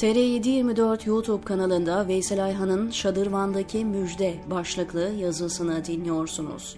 TR724 YouTube kanalında Veysel Ayhan'ın Şadırvan'daki Müjde başlıklı yazısını dinliyorsunuz.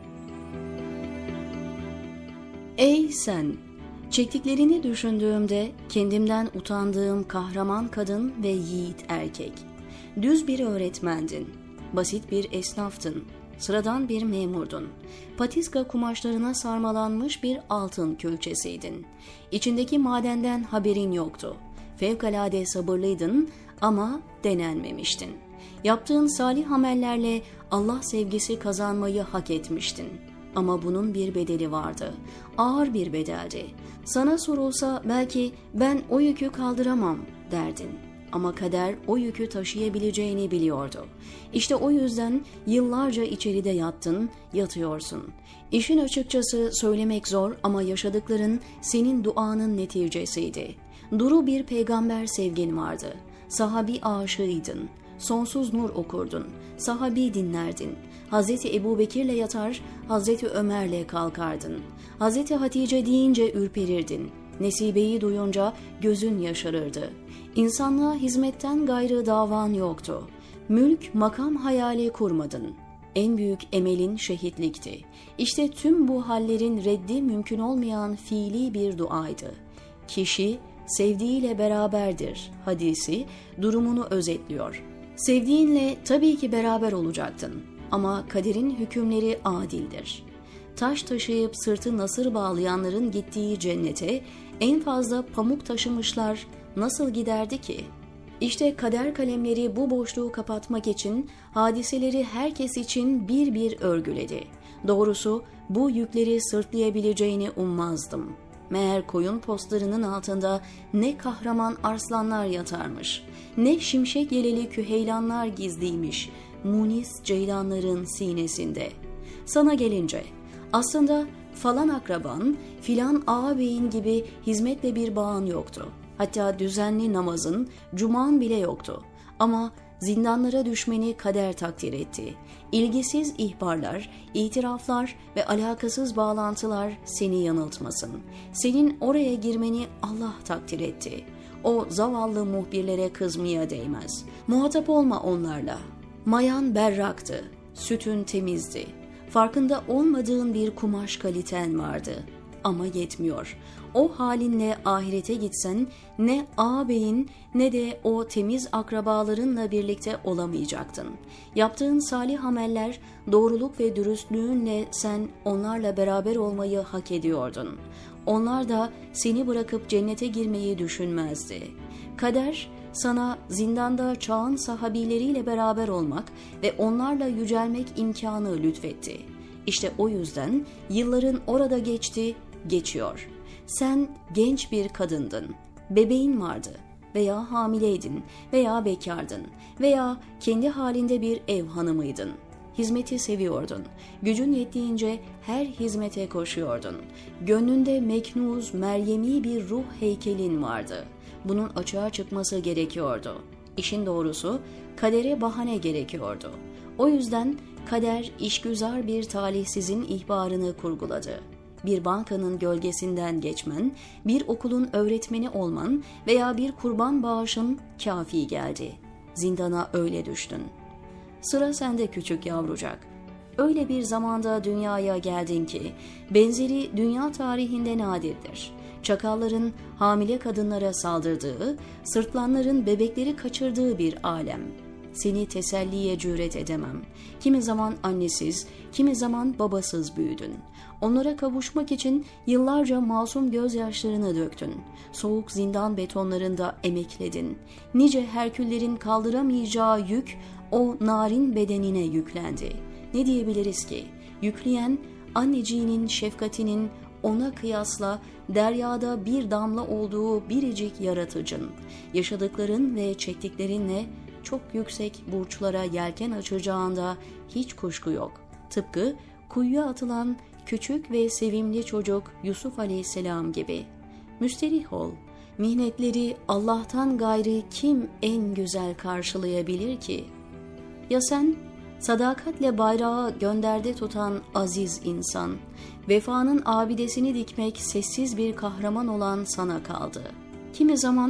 Ey sen! Çektiklerini düşündüğümde kendimden utandığım kahraman kadın ve yiğit erkek. Düz bir öğretmendin, basit bir esnaftın, sıradan bir memurdun. Patiska kumaşlarına sarmalanmış bir altın külçesiydin. İçindeki madenden haberin yoktu. Fevkalade sabırlıydın ama denenmemiştin. Yaptığın salih amellerle Allah sevgisi kazanmayı hak etmiştin. Ama bunun bir bedeli vardı. Ağır bir bedeldi. Sana sorulsa belki ben o yükü kaldıramam derdin. Ama kader o yükü taşıyabileceğini biliyordu. İşte o yüzden yıllarca içeride yattın, yatıyorsun. İşin açıkçası söylemek zor ama yaşadıkların senin duanın neticesiydi. Duru bir peygamber sevgin vardı. Sahabi aşığıydın. Sonsuz nur okurdun. Sahabi dinlerdin. Hazreti Ebubekir'le yatar, Hazreti Ömer'le kalkardın. Hazreti Hatice deyince ürperirdin. Nesibe'yi duyunca gözün yaşarırdı. İnsanlığa hizmetten gayrı davan yoktu. Mülk, makam hayali kurmadın. En büyük emelin şehitlikti. İşte tüm bu hallerin reddi mümkün olmayan fiili bir duaydı. Kişi sevdiğiyle beraberdir hadisi durumunu özetliyor. Sevdiğinle tabii ki beraber olacaktın ama kaderin hükümleri adildir. Taş taşıyıp sırtı nasır bağlayanların gittiği cennete en fazla pamuk taşımışlar nasıl giderdi ki? İşte kader kalemleri bu boşluğu kapatmak için hadiseleri herkes için bir bir örgüledi. Doğrusu bu yükleri sırtlayabileceğini ummazdım. Meğer koyun postlarının altında ne kahraman arslanlar yatarmış, ne şimşek yeleli küheylanlar gizliymiş, munis ceylanların sinesinde. Sana gelince, aslında falan akraban, filan ağabeyin gibi hizmetle bir bağın yoktu. Hatta düzenli namazın, cuman bile yoktu. Ama zindanlara düşmeni kader takdir etti. İlgisiz ihbarlar, itiraflar ve alakasız bağlantılar seni yanıltmasın. Senin oraya girmeni Allah takdir etti. O zavallı muhbirlere kızmaya değmez. Muhatap olma onlarla. Mayan berraktı, sütün temizdi. Farkında olmadığın bir kumaş kaliten vardı. Ama yetmiyor. O halinle ahirete gitsen ne ağabeyin ne de o temiz akrabalarınla birlikte olamayacaktın. Yaptığın salih ameller, doğruluk ve dürüstlüğünle sen onlarla beraber olmayı hak ediyordun. Onlar da seni bırakıp cennete girmeyi düşünmezdi. Kader sana zindanda çağın sahabileriyle beraber olmak ve onlarla yücelmek imkanı lütfetti. İşte o yüzden yılların orada geçti, geçiyor. Sen genç bir kadındın, bebeğin vardı veya hamileydin veya bekardın veya kendi halinde bir ev hanımıydın. Hizmeti seviyordun, gücün yettiğince her hizmete koşuyordun. Gönlünde meknuz, meryemi bir ruh heykelin vardı. Bunun açığa çıkması gerekiyordu. İşin doğrusu kadere bahane gerekiyordu. O yüzden kader işgüzar bir talihsizin ihbarını kurguladı. Bir bankanın gölgesinden geçmen, bir okulun öğretmeni olman veya bir kurban bağışın kafi geldi. Zindana öyle düştün. Sıra sende küçük yavrucak. Öyle bir zamanda dünyaya geldin ki benzeri dünya tarihinde nadirdir. Çakalların hamile kadınlara saldırdığı, sırtlanların bebekleri kaçırdığı bir alem. Seni teselliye cüret edemem. Kimi zaman annesiz, kimi zaman babasız büyüdün. Onlara kavuşmak için yıllarca masum gözyaşlarını döktün. Soğuk zindan betonlarında emekledin. Nice Herküllerin kaldıramayacağı yük o narin bedenine yüklendi. Ne diyebiliriz ki? Yükleyen anneciğinin şefkatinin ona kıyasla deryada bir damla olduğu biricik yaratıcın. Yaşadıkların ve çektiklerinle çok yüksek burçlara yelken açacağında hiç kuşku yok. Tıpkı kuyuya atılan küçük ve sevimli çocuk Yusuf Aleyhisselam gibi. Müsterih ol. Mihnetleri Allah'tan gayrı kim en güzel karşılayabilir ki? Ya sen? Sadakatle bayrağı gönderde tutan aziz insan, vefanın abidesini dikmek sessiz bir kahraman olan sana kaldı. Kimi zaman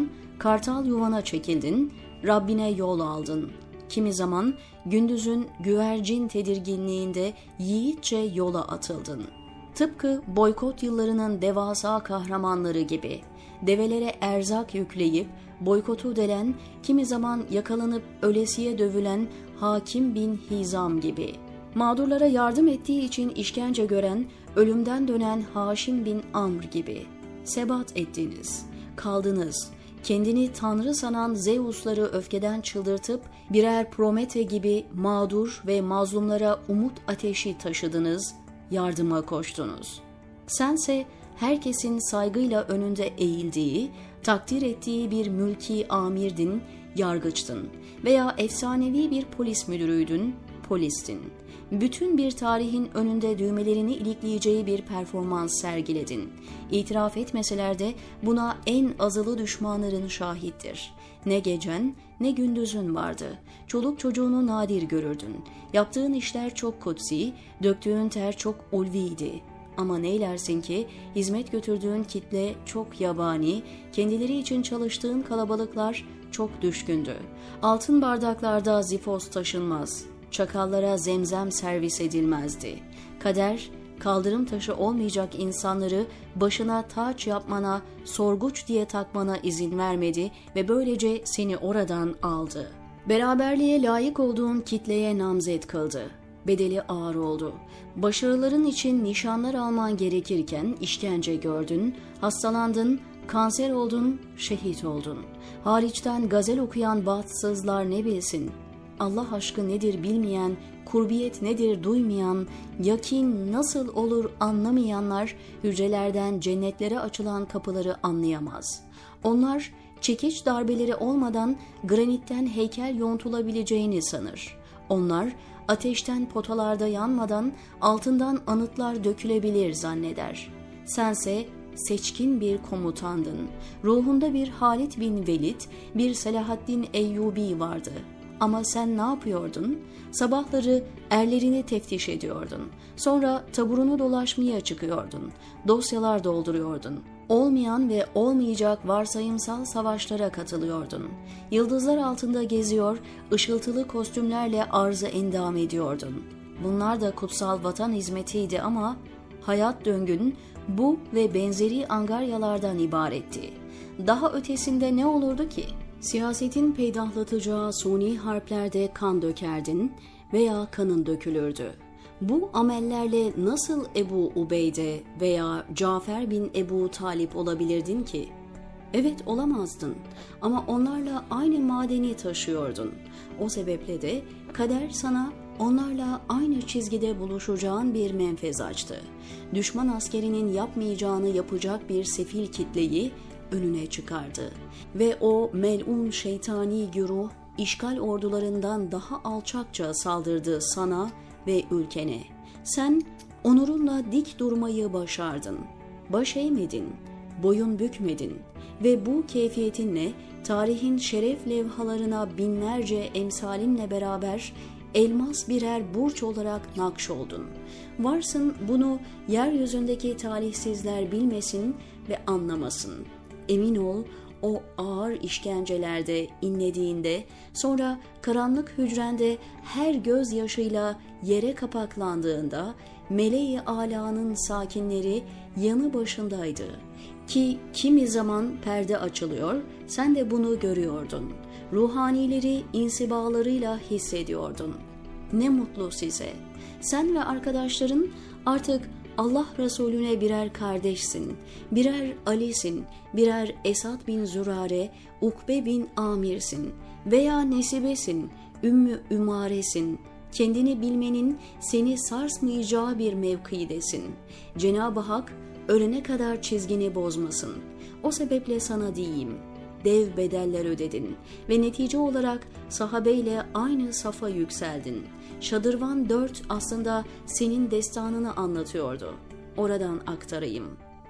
kartal yuvana çekildin, Rabbine yol aldın. Kimi zaman gündüzün güvercin tedirginliğinde yiğitçe yola atıldın. Tıpkı boykot yıllarının devasa kahramanları gibi, develere erzak yükleyip boykotu delen, kimi zaman yakalanıp ölesiye dövülen Hakim bin Hizam gibi, mağdurlara yardım ettiği için işkence gören, ölümden dönen Haşim bin Amr gibi sebat ettiniz, kaldınız. Kendini tanrı sanan Zeus'ları öfkeden çıldırtıp birer Promete gibi mağdur ve mazlumlara umut ateşi taşıdınız, yardıma koştunuz. Sense herkesin saygıyla önünde eğildiği, takdir ettiği bir mülki amirdin, yargıçtın veya efsanevi bir polis müdürüydün, polistin. Bütün bir tarihin önünde düğmelerini ilikleyeceği bir performans sergiledin. İtiraf etmeseler de buna en azılı düşmanların şahittir. Ne gecen ne gündüzün vardı. Çoluk çocuğunu nadir görürdün. Yaptığın işler çok kutsi, döktüğün ter çok ulviydi. Ama neylersin ki hizmet götürdüğün kitle çok yabani, kendileri için çalıştığın kalabalıklar çok düşkündü. Altın bardaklarda zifos taşınmaz. Çakallara zemzem servis edilmezdi. Kader, kaldırım taşı olmayacak insanları başına taç yapmana, sorguç diye takmana izin vermedi ve böylece seni oradan aldı. Beraberliğe layık olduğun kitleye namzet kıldı. Bedeli ağır oldu. Başarıların için nişanlar alman gerekirken işkence gördün, hastalandın, kanser oldun, şehit oldun. Hariçten gazel okuyan bahtsızlar ne bilsin? Allah aşkı nedir bilmeyen, kurbiyet nedir duymayan, yakin nasıl olur anlamayanlar hücrelerden cennetlere açılan kapıları anlayamaz. Onlar çekiç darbeleri olmadan granitten heykel yontulabileceğini sanır. Onlar ateşten potalarda yanmadan altından anıtlar dökülebilir zanneder. Sense seçkin bir komutandın. Ruhunda bir Halid bin Velid, bir Selahaddin Eyyubi vardı. Ama sen ne yapıyordun? Sabahları erlerini teftiş ediyordun. Sonra taburunu dolaşmaya çıkıyordun. Dosyalar dolduruyordun. Olmayan ve olmayacak varsayımsal savaşlara katılıyordun. Yıldızlar altında geziyor, ışıltılı kostümlerle arzı endam ediyordun. Bunlar da kutsal vatan hizmetiydi ama hayat döngün bu ve benzeri angaryalardan ibaretti. Daha ötesinde ne olurdu ki? Siyasetin peydahlatacağı suni harplerde kan dökerdin veya kanın dökülürdü. Bu amellerle nasıl Ebu Ubeyde veya Cafer bin Ebu Talip olabilirdin ki? Evet, olamazdın ama onlarla aynı madeni taşıyordun. O sebeple de kader sana onlarla aynı çizgide buluşacağın bir menfez açtı. Düşman askerinin yapmayacağını yapacak bir sefil kitleyi önüne çıkardı. Ve o melun şeytani güruh işgal ordularından daha alçakça saldırdı sana ve ülkene. Sen onurunla dik durmayı başardın. Baş eğmedin, boyun bükmedin ve bu keyfiyetinle tarihin şeref levhalarına binlerce emsalinle beraber elmas birer burç olarak nakşoldun. Varsın bunu yeryüzündeki talihsizler bilmesin ve anlamasın. Emin ol, o ağır işkencelerde inlediğinde, sonra karanlık hücrende her gözyaşıyla yere kapaklandığında, meleği âlâ'nın sakinleri yanı başındaydı. Ki kimi zaman perde açılıyor, sen de bunu görüyordun. Ruhanileri insibalarıyla hissediyordun. Ne mutlu size. Sen ve arkadaşların artık Allah Resulüne birer kardeşsin, birer Ali'sin, birer Esad bin Zürare, Ukbe bin Amir'sin veya Nesibe'sin, Ümmü Ümare'sin. Kendini bilmenin seni sarsmayacağı bir mevkidesin. Cenab-ı Hak ölene kadar çizgini bozmasın. O sebeple sana diyeyim, dev bedeller ödedin ve netice olarak sahabeyle aynı safa yükseldin. Şadırvan 4 aslında senin destanını anlatıyordu. Oradan aktarayım.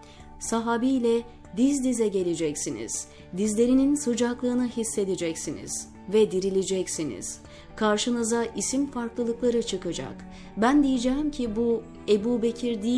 Sahabiyle diz dize geleceksiniz. Dizlerinin sıcaklığını hissedeceksiniz ve dirileceksiniz. Karşınıza isim farklılıkları çıkacak. Ben diyeceğim ki bu Ebu Bekir değil,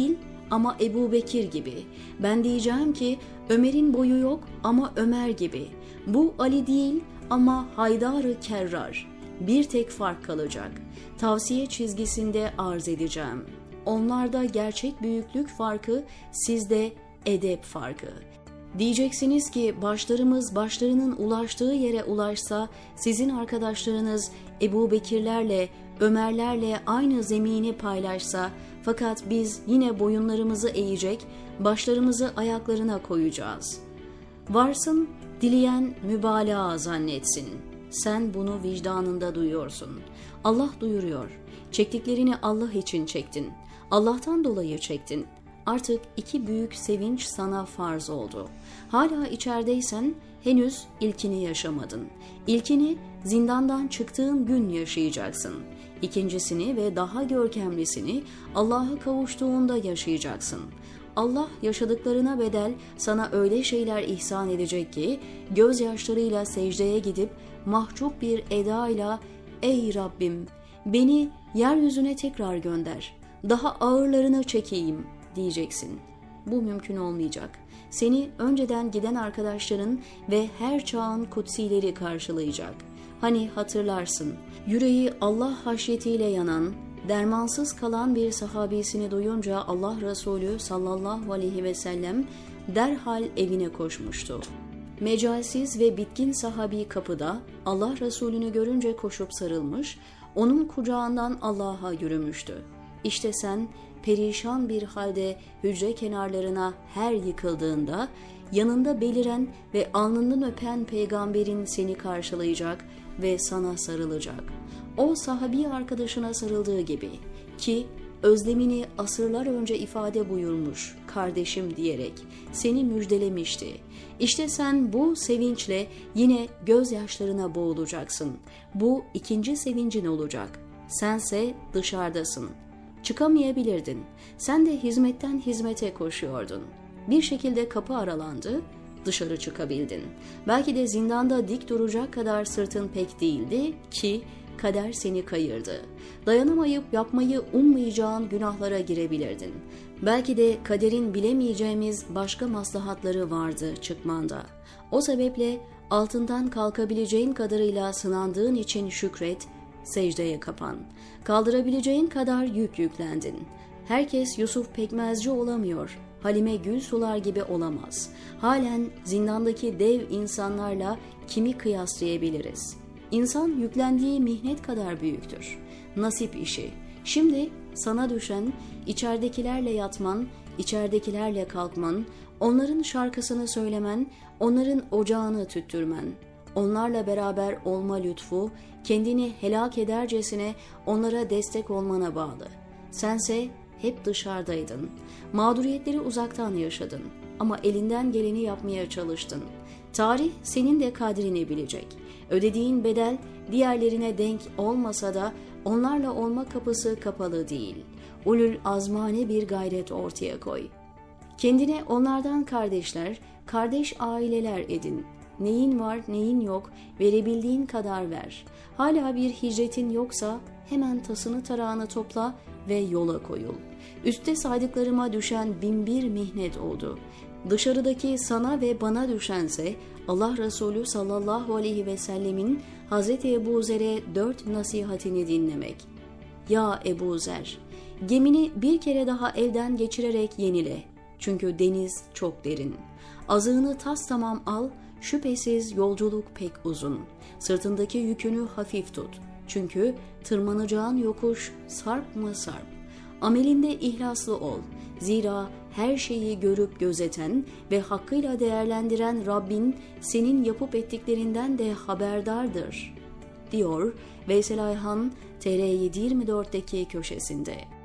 ama Ebu Bekir gibi. Ben diyeceğim ki Ömer'in boyu yok ama Ömer gibi. Bu Ali değil ama Haydar-ı Kerrar. Bir tek fark kalacak. Tavsiye çizgisinde arz edeceğim. Onlarda gerçek büyüklük farkı, sizde edep farkı. Diyeceksiniz ki başlarımız başlarının ulaştığı yere ulaşsa, sizin arkadaşlarınız Ebu Bekirlerle, Ömerlerle aynı zemini paylaşsa, fakat biz yine boyunlarımızı eğecek, başlarımızı ayaklarına koyacağız. Varsın, dileyen mübalağa zannetsin. Sen bunu vicdanında duyuyorsun. Allah duyuruyor. Çektiklerini Allah için çektin. Allah'tan dolayı çektin. Artık iki büyük sevinç sana farz oldu. Hala içerideysen henüz ilkini yaşamadın. İlkini zindandan çıktığın gün yaşayacaksın. İkincisini ve daha görkemlisini Allah'a kavuştuğunda yaşayacaksın. Allah yaşadıklarına bedel sana öyle şeyler ihsan edecek ki gözyaşlarıyla secdeye gidip mahcup bir edayla "Ey Rabbim, beni yeryüzüne tekrar gönder, daha ağırlarını çekeyim" diyeceksin. Bu mümkün olmayacak. Seni önceden giden arkadaşların ve her çağın kutsileri karşılayacak. Hani hatırlarsın, yüreği Allah haşyetiyle yanan, dermansız kalan bir sahabisini duyunca Allah Resulü sallallahu aleyhi ve sellem derhal evine koşmuştu. Mecalsiz ve bitkin sahabi kapıda Allah Resulü'nü görünce koşup sarılmış, onun kucağından Allah'a yürümüştü. İşte sen perişan bir halde hücre kenarlarına her yıkıldığında, yanında beliren ve alnından öpen peygamberin seni karşılayacak ve sana sarılacak. O sahabi arkadaşına sarıldığı gibi ki özlemini asırlar önce ifade buyurmuş kardeşim diyerek seni müjdelemişti. İşte sen bu sevinçle yine gözyaşlarına boğulacaksın. Bu ikinci sevincin olacak. Sense dışarıdasın. Çıkamayabilirdin. Sen de hizmetten hizmete koşuyordun. Bir şekilde kapı aralandı, dışarı çıkabildin. Belki de zindanda dik duracak kadar sırtın pek değildi ki kader seni kayırdı. Dayanamayıp yapmayı ummayacağın günahlara girebilirdin. Belki de kaderin bilemeyeceğimiz başka maslahatları vardı çıkmanda. O sebeple altından kalkabileceğin kadarıyla sınandığın için şükret, secdeye kapan. Kaldırabileceğin kadar yük yüklendin. Herkes Yusuf Pekmezci olamıyor. Halime Gül Sular gibi olamaz. Halen zindandaki dev insanlarla kimi kıyaslayabiliriz? İnsan yüklendiği mihnet kadar büyüktür. Nasip işi. Şimdi sana düşen içeridekilerle yatman, içeridekilerle kalkman, onların şarkısını söylemen, onların ocağını tüttürmen. Onlarla beraber olma lütfu, kendini helak edercesine onlara destek olmana bağlı. Sense hep dışarıdaydın. Mağduriyetleri uzaktan yaşadın. Ama elinden geleni yapmaya çalıştın. Tarih senin de kadrini bilecek. Ödediğin bedel diğerlerine denk olmasa da onlarla olma kapısı kapalı değil. Ulul azmane bir gayret ortaya koy. Kendine onlardan kardeşler, kardeş aileler edin. Neyin var, neyin yok, verebildiğin kadar ver. Hala bir hicretin yoksa hemen tasını tarağını topla ve yola koyul. Üste saydıklarıma düşen 1001 mihnet oldu. Dışarıdaki sana ve bana düşense Allah Resulü sallallahu aleyhi ve sellemin Hazreti Ebu Zer'e 4 nasihatini dinlemek. Ya Ebu Zer, gemini bir kere daha elden geçirerek yenile. Çünkü deniz çok derin. Azığını tastamam al, şüphesiz yolculuk pek uzun. Sırtındaki yükünü hafif tut. Çünkü tırmanacağın yokuş sarp mı sarp. Amelinde ihlaslı ol. Zira her şeyi görüp gözeten ve hakkıyla değerlendiren Rabbin senin yapıp ettiklerinden de haberdardır, diyor Veysel Ayhan TR724'deki köşesinde.